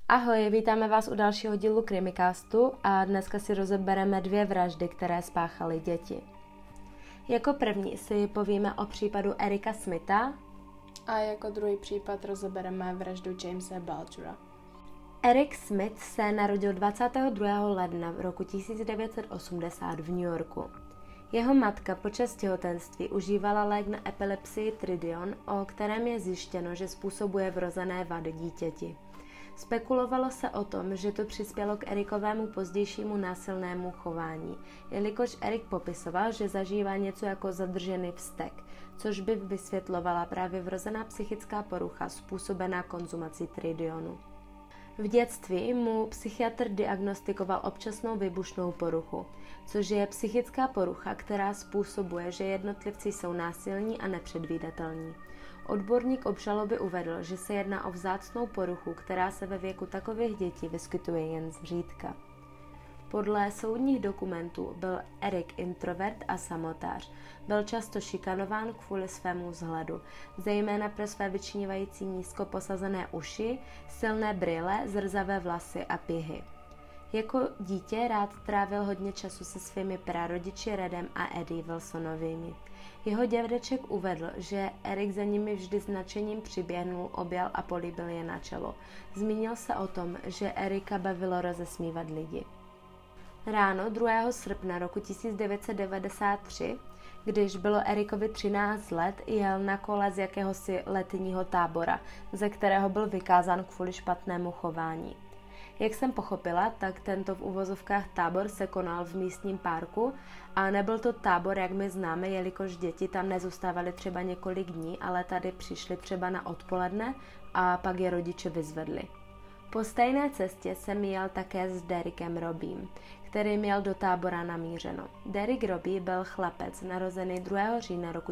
Ahoj, vítáme vás u dalšího dílu Krimicastu a dneska si rozebereme 2 vraždy, které spáchaly děti. Jako první si povíme o případu Erika Smitha a jako druhý případ rozebereme vraždu Jamese Bulgera. Eric Smith se narodil 22. ledna roku 1980 v New Yorku. Jeho matka počas těhotenství užívala lék na epilepsii Tridion, o kterém je zjištěno, že způsobuje vrozené vady dítěti. Spekulovalo se o tom, že to přispělo k Erikovému pozdějšímu násilnému chování, jelikož Erik popisoval, že zažívá něco jako zadržený vztek, což by vysvětlovala právě vrozená psychická porucha způsobená konzumací Tridionu. V dětství mu psychiatr diagnostikoval občasnou výbušnou poruchu, což je psychická porucha, která způsobuje, že jednotlivci jsou násilní a nepředvídatelní. Odborník obžaloby uvedl, že se jedná o vzácnou poruchu, která se ve věku takových dětí vyskytuje jen zřídka. Podle soudních dokumentů byl Erik introvert a samotář. Byl často šikanován kvůli svému vzhledu, zejména pro své vyčnívající nízko posazené uši, silné brýle, zrzavé vlasy a pihy. Jako dítě rád trávil hodně času se svými prarodiči Redem a Eddie Wilsonovými. Jeho dědeček uvedl, že Erik za nimi vždy s nadšením přiběhnul, objal a políbil je na čelo. Zmínil se o tom, že Erika bavilo rozesmívat lidi. Ráno 2. srpna roku 1993, když bylo Erikovi 13 let, jel na kole z jakéhosi letního tábora, ze kterého byl vykázán kvůli špatnému chování. Jak jsem pochopila, tak tento v uvozovkách tábor se konal v místním parku a nebyl to tábor, jak my známe, jelikož děti tam nezůstávaly třeba několik dní, ale tady přišli třeba na odpoledne a pak je rodiče vyzvedli. Po stejné cestě jsem jel také s Derrickem Robím, který měl do tábora namířeno. Derrick Robbie byl chlapec, narozený 2. října roku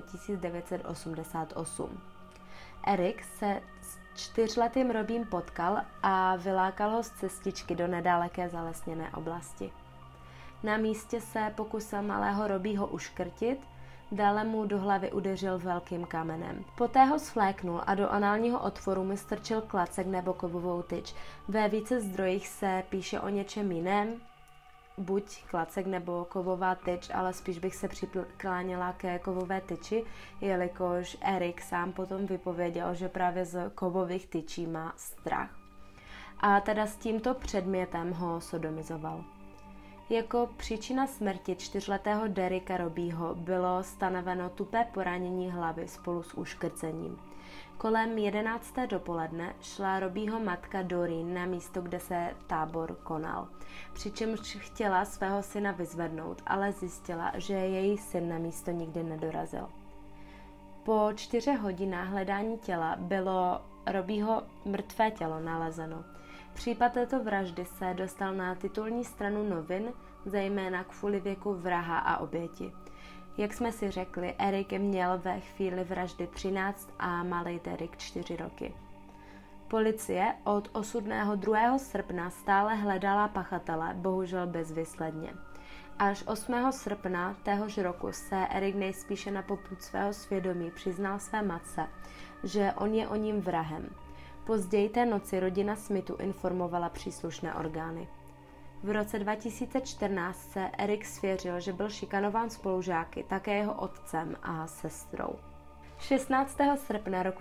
1988. Erik se s 4letým Robím potkal a vylákal ho z cestičky do nedaleké zalesněné oblasti. Na místě se pokusil malého Robího uškrtit, dále mu do hlavy udeřil velkým kamenem. Poté ho svléknul a do análního otvoru mi strčil klacek nebo kovovou tyč. Ve více zdrojích se píše o něčem jiném, buď klacek nebo kovová tyč, ale spíš bych se přikláněla ke kovové tyči, jelikož Erik sám potom vypověděl, že právě z kovových tyčí má strach. A teda s tímto předmětem ho sodomizoval. Jako příčina smrti 4letého Derricka Robího bylo stanoveno tupé poranění hlavy spolu s uškrcením. Kolem 11. dopoledne šla Robího matka Doreen na místo, kde se tábor konal. Přičemž chtěla svého syna vyzvednout, ale zjistila, že její syn na místo nikdy nedorazil. Po 4 hodinách hledání těla bylo Robího mrtvé tělo nalezeno. Případ této vraždy se dostal na titulní stranu novin, zejména kvůli věku vraha a oběti. Jak jsme si řekli, Erik měl ve chvíli vraždy 13 a malej Derrick 4 roky. Policie od osudného 2. srpna stále hledala pachatele, bohužel bezvýsledně. Až 8. srpna téhož roku se Erik nejspíše na popud svého svědomí přiznal své matce, že on je o ním vrahem. Později té noci rodina Smithu informovala příslušné orgány. V roce 2014 se Erik svěřil, že byl šikanován spolužáky, také jeho otcem a sestrou. 16. srpna roku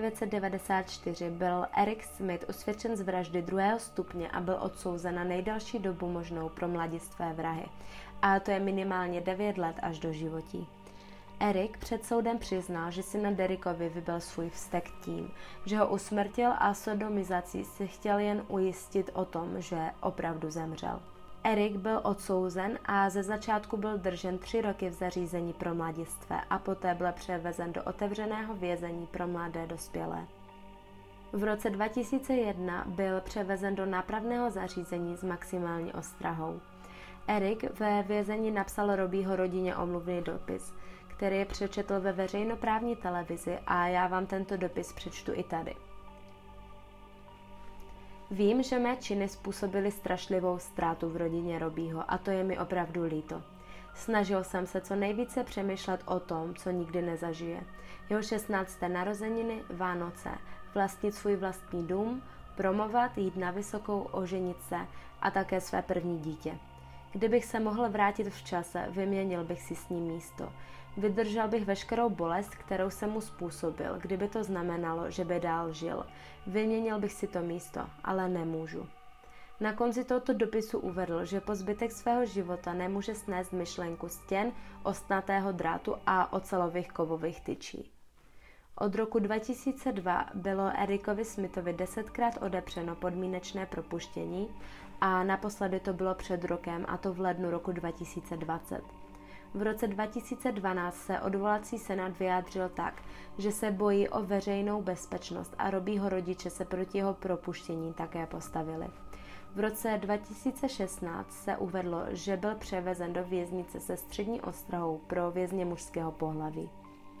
1994 byl Eric Smith usvědčen z vraždy 2. stupně a byl odsouzen na nejdelší dobu možnou pro mladistvé vrahy, a to je minimálně 9 let až do životí. Erik před soudem přiznal, že si na Derrickovi vybil svůj vztek tím, že ho usmrtil a sodomizací si chtěl jen ujistit o tom, že opravdu zemřel. Erik byl odsouzen a ze začátku byl držen 3 roky v zařízení pro mladistvé a poté byl převezen do otevřeného vězení pro mladé dospělé. V roce 2001 byl převezen do nápravného zařízení s maximální ostrahou. Erik ve vězení napsal Robího rodině omluvný dopis, který je přečetl ve veřejnoprávní televizi a já vám tento dopis přečtu i tady. Vím, že mé činy způsobily strašlivou ztrátu v rodině Robího a to je mi opravdu líto. Snažil jsem se co nejvíce přemýšlet o tom, co nikdy nezažije. Jeho 16. narozeniny, Vánoce, vlastnit svůj vlastní dům, promovat, jít na vysokou, oženit se a také své první dítě. Kdybych se mohl vrátit v čase, vyměnil bych si s ním místo. Vydržel bych veškerou bolest, kterou jsem mu způsobil, kdyby to znamenalo, že by dál žil. Vyměnil bych si to místo, ale nemůžu. Na konci tohoto dopisu uvedl, že po zbytek svého života nemůže snést myšlenku stěn, ostnatého drátu a ocelových kovových tyčí. Od roku 2002 bylo Erikovi Smithovi 10krát odepřeno podmínečné propuštění a naposledy to bylo před rokem, a to v lednu roku 2020. V roce 2012 se odvolací senát vyjádřil tak, že se bojí o veřejnou bezpečnost a Robbieho rodiče se proti jeho propuštění také postavili. V roce 2016 se uvedlo, že byl převezen do věznice se střední ostrahou pro vězně mužského pohlaví.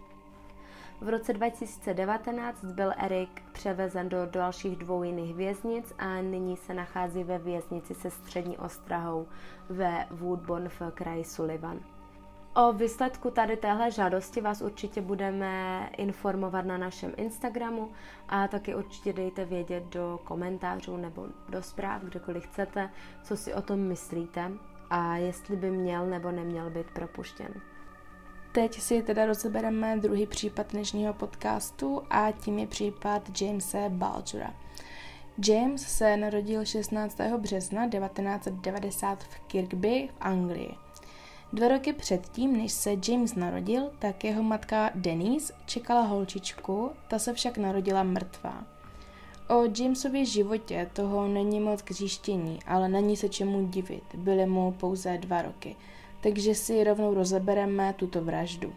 V roce 2019 byl Erik převezen do dalších 2 jiných věznic a nyní se nachází ve věznici se střední ostrahou ve Woodbourne v kraji Sullivan. O výsledku tady téhle žádosti vás určitě budeme informovat na našem Instagramu a taky určitě dejte vědět do komentářů nebo do zpráv, kdekoliv chcete, co si o tom myslíte a jestli by měl nebo neměl být propuštěn. Teď si teda rozebereme druhý případ dnešního podcastu a tím je případ Jamese Bulgera. James se narodil 16. března 1990 v Kirkby v Anglii. 2 roky předtím, než se James narodil, tak jeho matka Denise čekala holčičku, ta se však narodila mrtvá. O Jamesově životě toho není moc k zjištění, ale není se čemu divit, byly mu pouze 2 roky, takže si rovnou rozebereme tuto vraždu.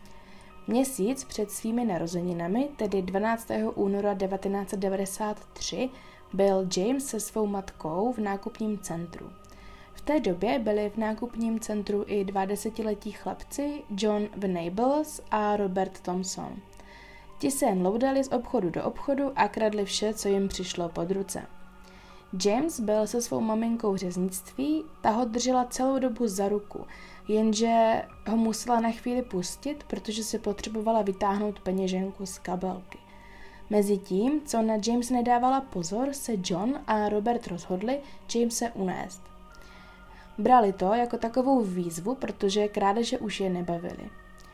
Měsíc před svými narozeninami, tedy 12. února 1993, byl James se svou matkou v nákupním centru. V té době byli v nákupním centru i 20letí chlapci John Venables a Robert Thompson. Ti se jen loudali z obchodu do obchodu a kradli vše, co jim přišlo pod ruce. James byl se svou maminkou v řeznictví, ta ho držela celou dobu za ruku, jenže ho musela na chvíli pustit, protože si potřebovala vytáhnout peněženku z kabelky. Mezitím, co na James nedávala pozor, se John a Robert rozhodli Jamese unést. Brali to jako takovou výzvu, protože krádeže už je nebavily.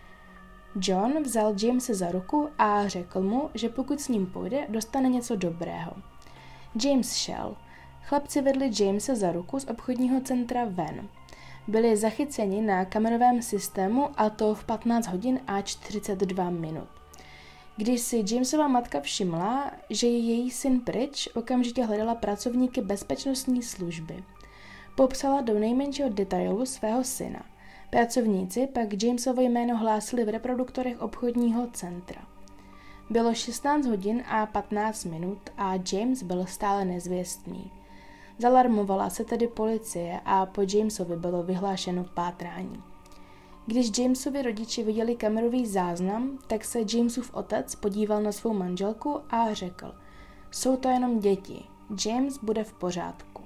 John vzal Jamese za ruku a řekl mu, že pokud s ním půjde, dostane něco dobrého. James šel. Chlapci vedli Jamese za ruku z obchodního centra ven. Byli zachyceni na kamerovém systému a to v 15 hodin a 42 minut. Když si Jamesova matka všimla, že je její syn pryč, okamžitě hledala pracovníky bezpečnostní služby. Popsala do nejmenšího detailu svého syna. Pracovníci pak Jamesovo jméno hlásili v reproduktorech obchodního centra. Bylo 16 hodin a 15 minut a James byl stále nezvěstný. Zalarmovala se tedy policie a po Jamesovi bylo vyhlášeno pátrání. Když Jamesovi rodiče viděli kamerový záznam, tak se Jamesův otec podíval na svou manželku a řekl: "Jsou to jenom děti, James bude v pořádku."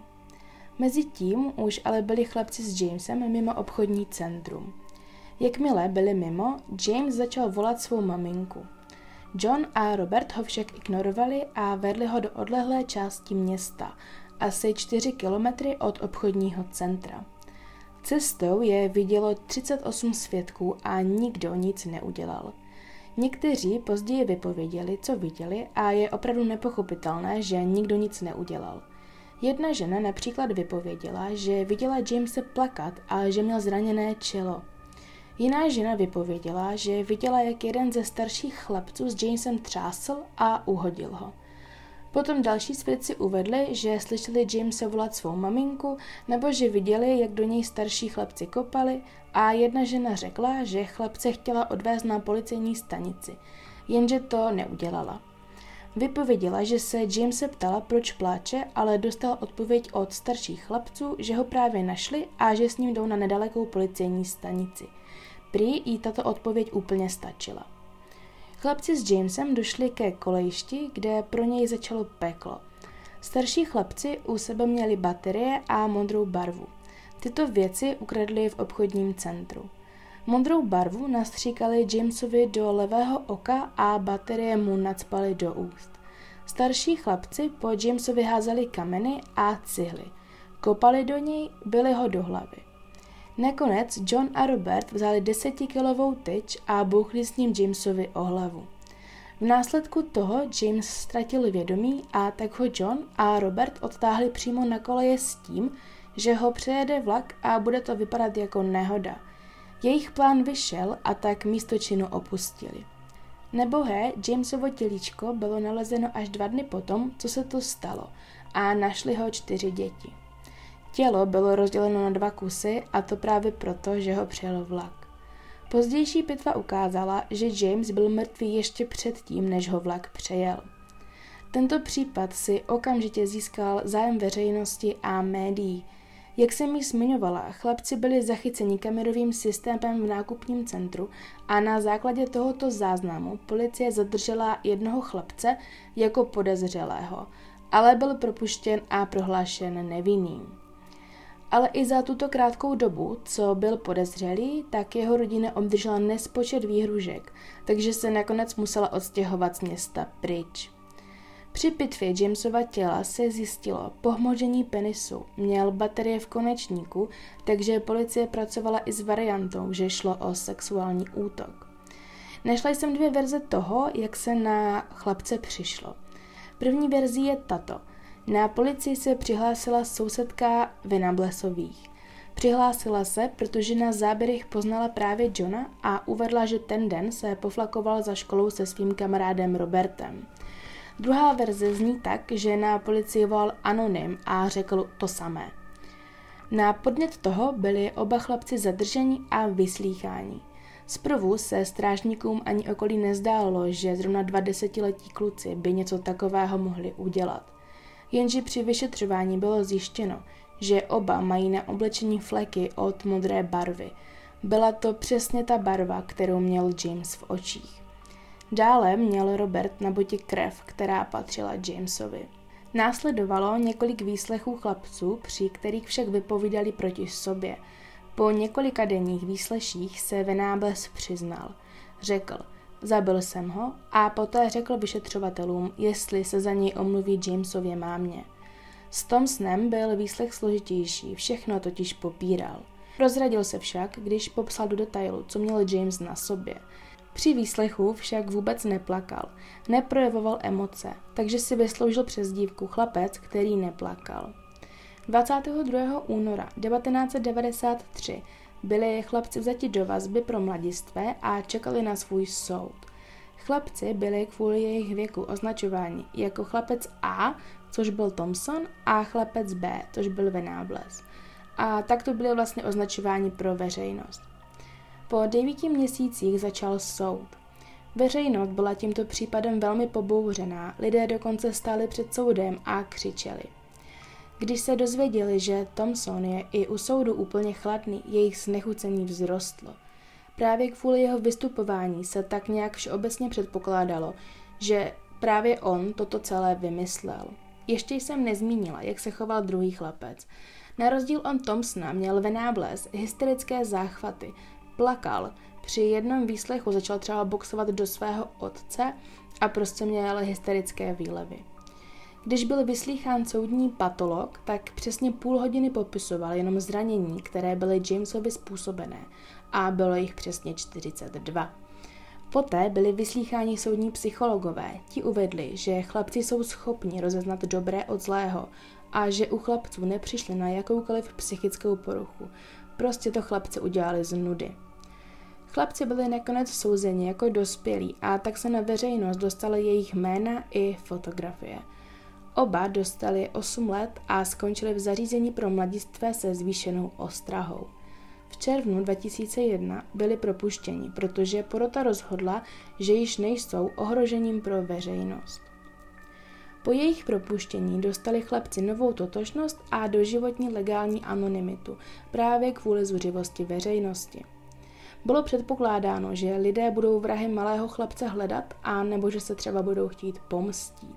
Mezitím už ale byli chlapci s Jamesem mimo obchodní centrum. Jakmile byli mimo, James začal volat svou maminku. John a Robert ho však ignorovali a vedli ho do odlehlé části města, asi 4 kilometry od obchodního centra. Cestou je vidělo 38 svědků a nikdo nic neudělal. Někteří později vypověděli, co viděli, a je opravdu nepochopitelné, že nikdo nic neudělal. Jedna žena například vypověděla, že viděla Jamese plakat a že měl zraněné čelo. Jiná žena vypověděla, že viděla, jak jeden ze starších chlapců s Jamesem třásl a uhodil ho. Potom další svědci uvedli, že slyšeli Jamese volat svou maminku, nebo že viděli, jak do něj starší chlapci kopali, a jedna žena řekla, že chlapce chtěla odvést na policejní stanici, jenže to neudělala. Vypověděla, že se Jamese ptala, proč pláče, ale dostala odpověď od starších chlapců, že ho právě našli a že s ním jdou na nedalekou policejní stanici. Prý jí tato odpověď úplně stačila. Chlapci s Jamesem došli ke kolejišti, kde pro něj začalo peklo. Starší chlapci u sebe měli baterie a modrou barvu. Tyto věci ukradli v obchodním centru. Modrou barvu nastříkali Jamesovi do levého oka a baterie mu nacpaly do úst. Starší chlapci po Jamesovi házeli kameny a cihly. Kopali do něj, bili ho do hlavy. Nakonec John a Robert vzali 10kilovou tyč a bouchli s ním Jamesovi o hlavu. V následku toho James ztratil vědomí a tak ho John a Robert odtáhli přímo na koleje s tím, že ho přejede vlak a bude to vypadat jako nehoda. Jejich plán vyšel a tak místo činu opustili. Nebohé Jamesovo tělíčko bylo nalezeno až 2 dny potom, co se to stalo, a našli ho 4 děti. Tělo bylo rozděleno na 2 kusy a to právě proto, že ho přejel vlak. Pozdější pitva ukázala, že James byl mrtvý ještě předtím, než ho vlak přejel. Tento případ si okamžitě získal zájem veřejnosti a médií. Jak jsem již zmiňovala, chlapci byli zachyceni kamerovým systémem v nákupním centru a na základě tohoto záznamu policie zadržela jednoho chlapce jako podezřelého, ale byl propuštěn a prohlášen nevinným. Ale i za tuto krátkou dobu, co byl podezřelý, tak jeho rodina obdržela nespočet výhružek, takže se nakonec musela odstěhovat z města pryč. Při pitvě Jamesova těla se zjistilo pohmožení penisu, měl baterie v konečníku, takže policie pracovala i s variantou, že šlo o sexuální útok. Našla jsem 2 verze toho, jak se na chlapce přišlo. První verzí je tato. Na policii se přihlásila sousedka Venablesových. Přihlásila se, protože na záběrech poznala právě Johna a uvedla, že ten den se poflakoval za školou se svým kamarádem Robertem. Druhá verze zní tak, že na policii volal anonym a řekl to samé. Na podnět toho byli oba chlapci zadrženi a vyslýcháni. Zprvu se strážníkům ani okolí nezdálo, že zrovna 2 desetiletí kluci by něco takového mohli udělat. Jenže při vyšetřování bylo zjištěno, že oba mají na oblečení fleky od modré barvy. Byla to přesně ta barva, kterou měl James v očích. Dále měl Robert na botě krev, která patřila Jamesovi. Následovalo několik výslechů chlapců, při kterých však vypovídali proti sobě. Po několika denních výsleších se Venables přiznal. Řekl, zabil jsem ho a poté řekl vyšetřovatelům, jestli se za něj omluví Jamesově mámě. S Thompsonem byl výslech složitější, všechno totiž popíral. Prozradil se však, když popsal do detailu, co měl James na sobě. Při výslechu však vůbec neplakal, neprojevoval emoce, takže si vysloužil přezdívku chlapec, který neplakal. 22. února 1993 byli chlapci vzati do vazby pro mladistvé a čekali na svůj soud. Chlapci byli kvůli jejich věku označováni jako chlapec A, což byl Thompson, a chlapec B, což byl Venables. A takto byli vlastně označováni pro veřejnost. Po 9 měsících začal soud. Veřejnost byla tímto případem velmi pobouřená, lidé dokonce stáli před soudem a křičeli. Když se dozvěděli, že Thompson je i u soudu úplně chladný, jejich znechucení vzrostlo. Právě kvůli jeho vystupování se tak nějak všeobecně předpokládalo, že právě on toto celé vymyslel. Ještě jsem nezmínila, jak se choval druhý chlapec. Na rozdíl od Thompsona měl Venables hysterické záchvaty, plakal, při jednom výslechu začal třeba boxovat do svého otce a prostě měl hysterické výlevy. Když byl vyslýchán soudní patolog, tak přesně půl hodiny popisoval jenom zranění, které byly Jamesovi způsobené, a bylo jich přesně 42. Poté byli vyslýcháni soudní psychologové, ti uvedli, že chlapci jsou schopni rozeznat dobré od zlého a že u chlapců nepřišli na jakoukoliv psychickou poruchu, prostě to chlapci udělali z nudy. Chlapci byli nakonec souzeni jako dospělí a tak se na veřejnost dostaly jejich jména i fotografie. Oba dostali 8 let a skončili v zařízení pro mladistvé se zvýšenou ostrahou. V červnu 2001 byli propuštěni, protože porota rozhodla, že již nejsou ohrožením pro veřejnost. Po jejich propuštění dostali chlapci novou totožnost a doživotní legální anonymitu, právě kvůli zuřivosti veřejnosti. Bylo předpokládáno, že lidé budou vrahy malého chlapce hledat a nebo že se třeba budou chtít pomstít.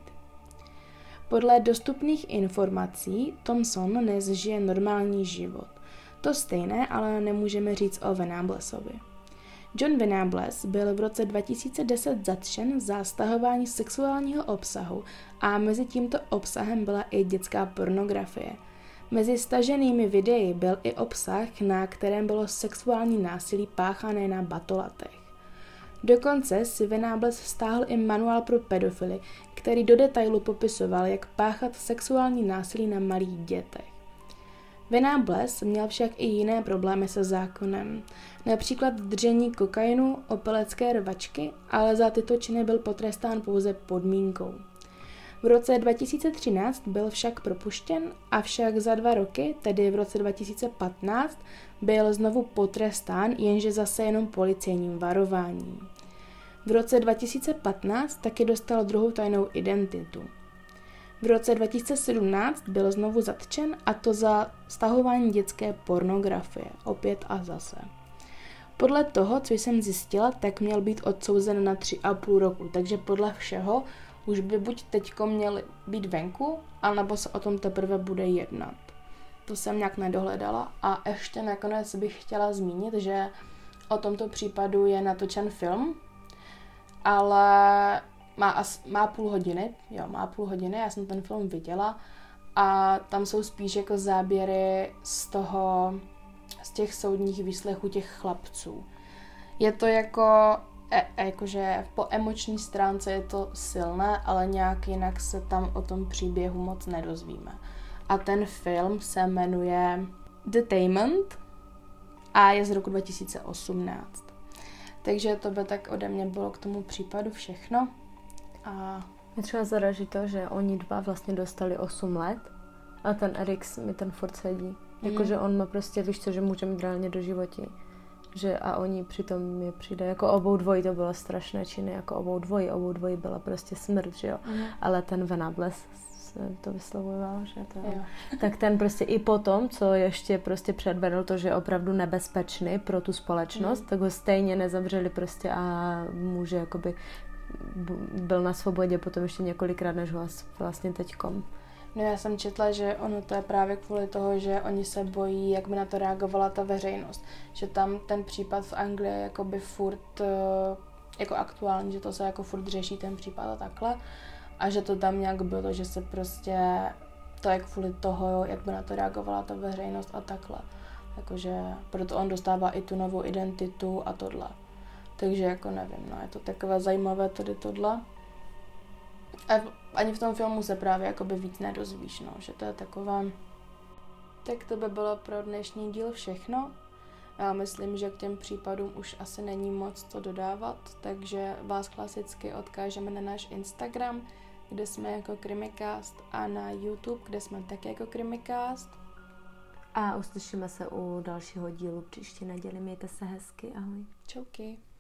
Podle dostupných informací Thompson dnes žije normální život. To stejné ale nemůžeme říct o Venablesovi. John Venables byl v roce 2010 zatčen za stahování sexuálního obsahu a mezi tímto obsahem byla i dětská pornografie. Mezi staženými videi byl i obsah, na kterém bylo sexuální násilí páchané na batolatech. Dokonce si Venables stáhl i manuál pro pedofily, který do detailu popisoval, jak páchat sexuální násilí na malých dětech. Venables měl však i jiné problémy se zákonem, například držení kokainu, opelecké rvačky, ale za tyto činy byl potrestán pouze podmínkou. V roce 2013 byl však propuštěn, avšak za 2 roky, tedy v roce 2015, byl znovu potrestán, jenže zase jenom policejním varováním. V roce 2015 taky dostal druhou tajnou identitu. V roce 2017 byl znovu zatčen, a to za stahování dětské pornografie, opět a zase. Podle toho, co jsem zjistila, tak měl být odsouzen na 3,5 roku, takže podle všeho už by buď teďko měl být venku, anebo se o tom teprve bude jednat. To jsem nějak nedohledala a ještě nakonec bych chtěla zmínit, že o tomto případu je natočen film, ale má půl hodiny, já jsem ten film viděla a tam jsou spíš jako záběry z těch soudních výslechů těch chlapců. Je to jakože po emoční stránce je to silné, ale nějak jinak se tam o tom příběhu moc nedozvíme. A ten film se jmenuje The Tainment a je z roku 2018. Takže to by tak ode mě bylo k tomu případu všechno. A mě třeba zaraží to, že oni dva vlastně dostali 8 let a ten Erix mi ten furt sedí. Jakože on má prostě, víš co, že může mít reálně do životí. Že a oni přitom mi přijde, jako obou dvojí to bylo strašné činy, jako obou dvojí byla prostě smrt, že jo. Ale ten Venables to vyslovoval, že to jo. Tak ten prostě i potom, co ještě prostě předvedl to, že je opravdu nebezpečný pro tu společnost, tak ho stejně nezavřeli prostě a může jakoby byl na svobodě potom ještě několikrát, než ho vlastně teďkom. No já jsem četla, že ono to je právě kvůli toho, že oni se bojí, jak by na to reagovala ta veřejnost. Že tam ten případ v Anglii je jakoby furt jako aktuální, že to se jako furt řeší ten případ a takhle. A že to tam nějak bylo, že se prostě to je kvůli toho, jak by na to reagovala ta veřejnost a takhle. Jakože proto on dostává i tu novou identitu a tohle. Takže jako nevím, no je to takové zajímavé tady tohle. A ani v tom filmu se právě jakoby víc nedozvíš, no, že to je taková. Tak to by bylo pro dnešní díl všechno. Já myslím, že k těm případům už asi není moc co dodávat, takže vás klasicky odkážeme na náš Instagram, kde jsme jako Krimikast, a na YouTube, kde jsme také jako Krimikast. A uslyšíme se u dalšího dílu příští neděli. Mějte se hezky, ahoj. Čauky.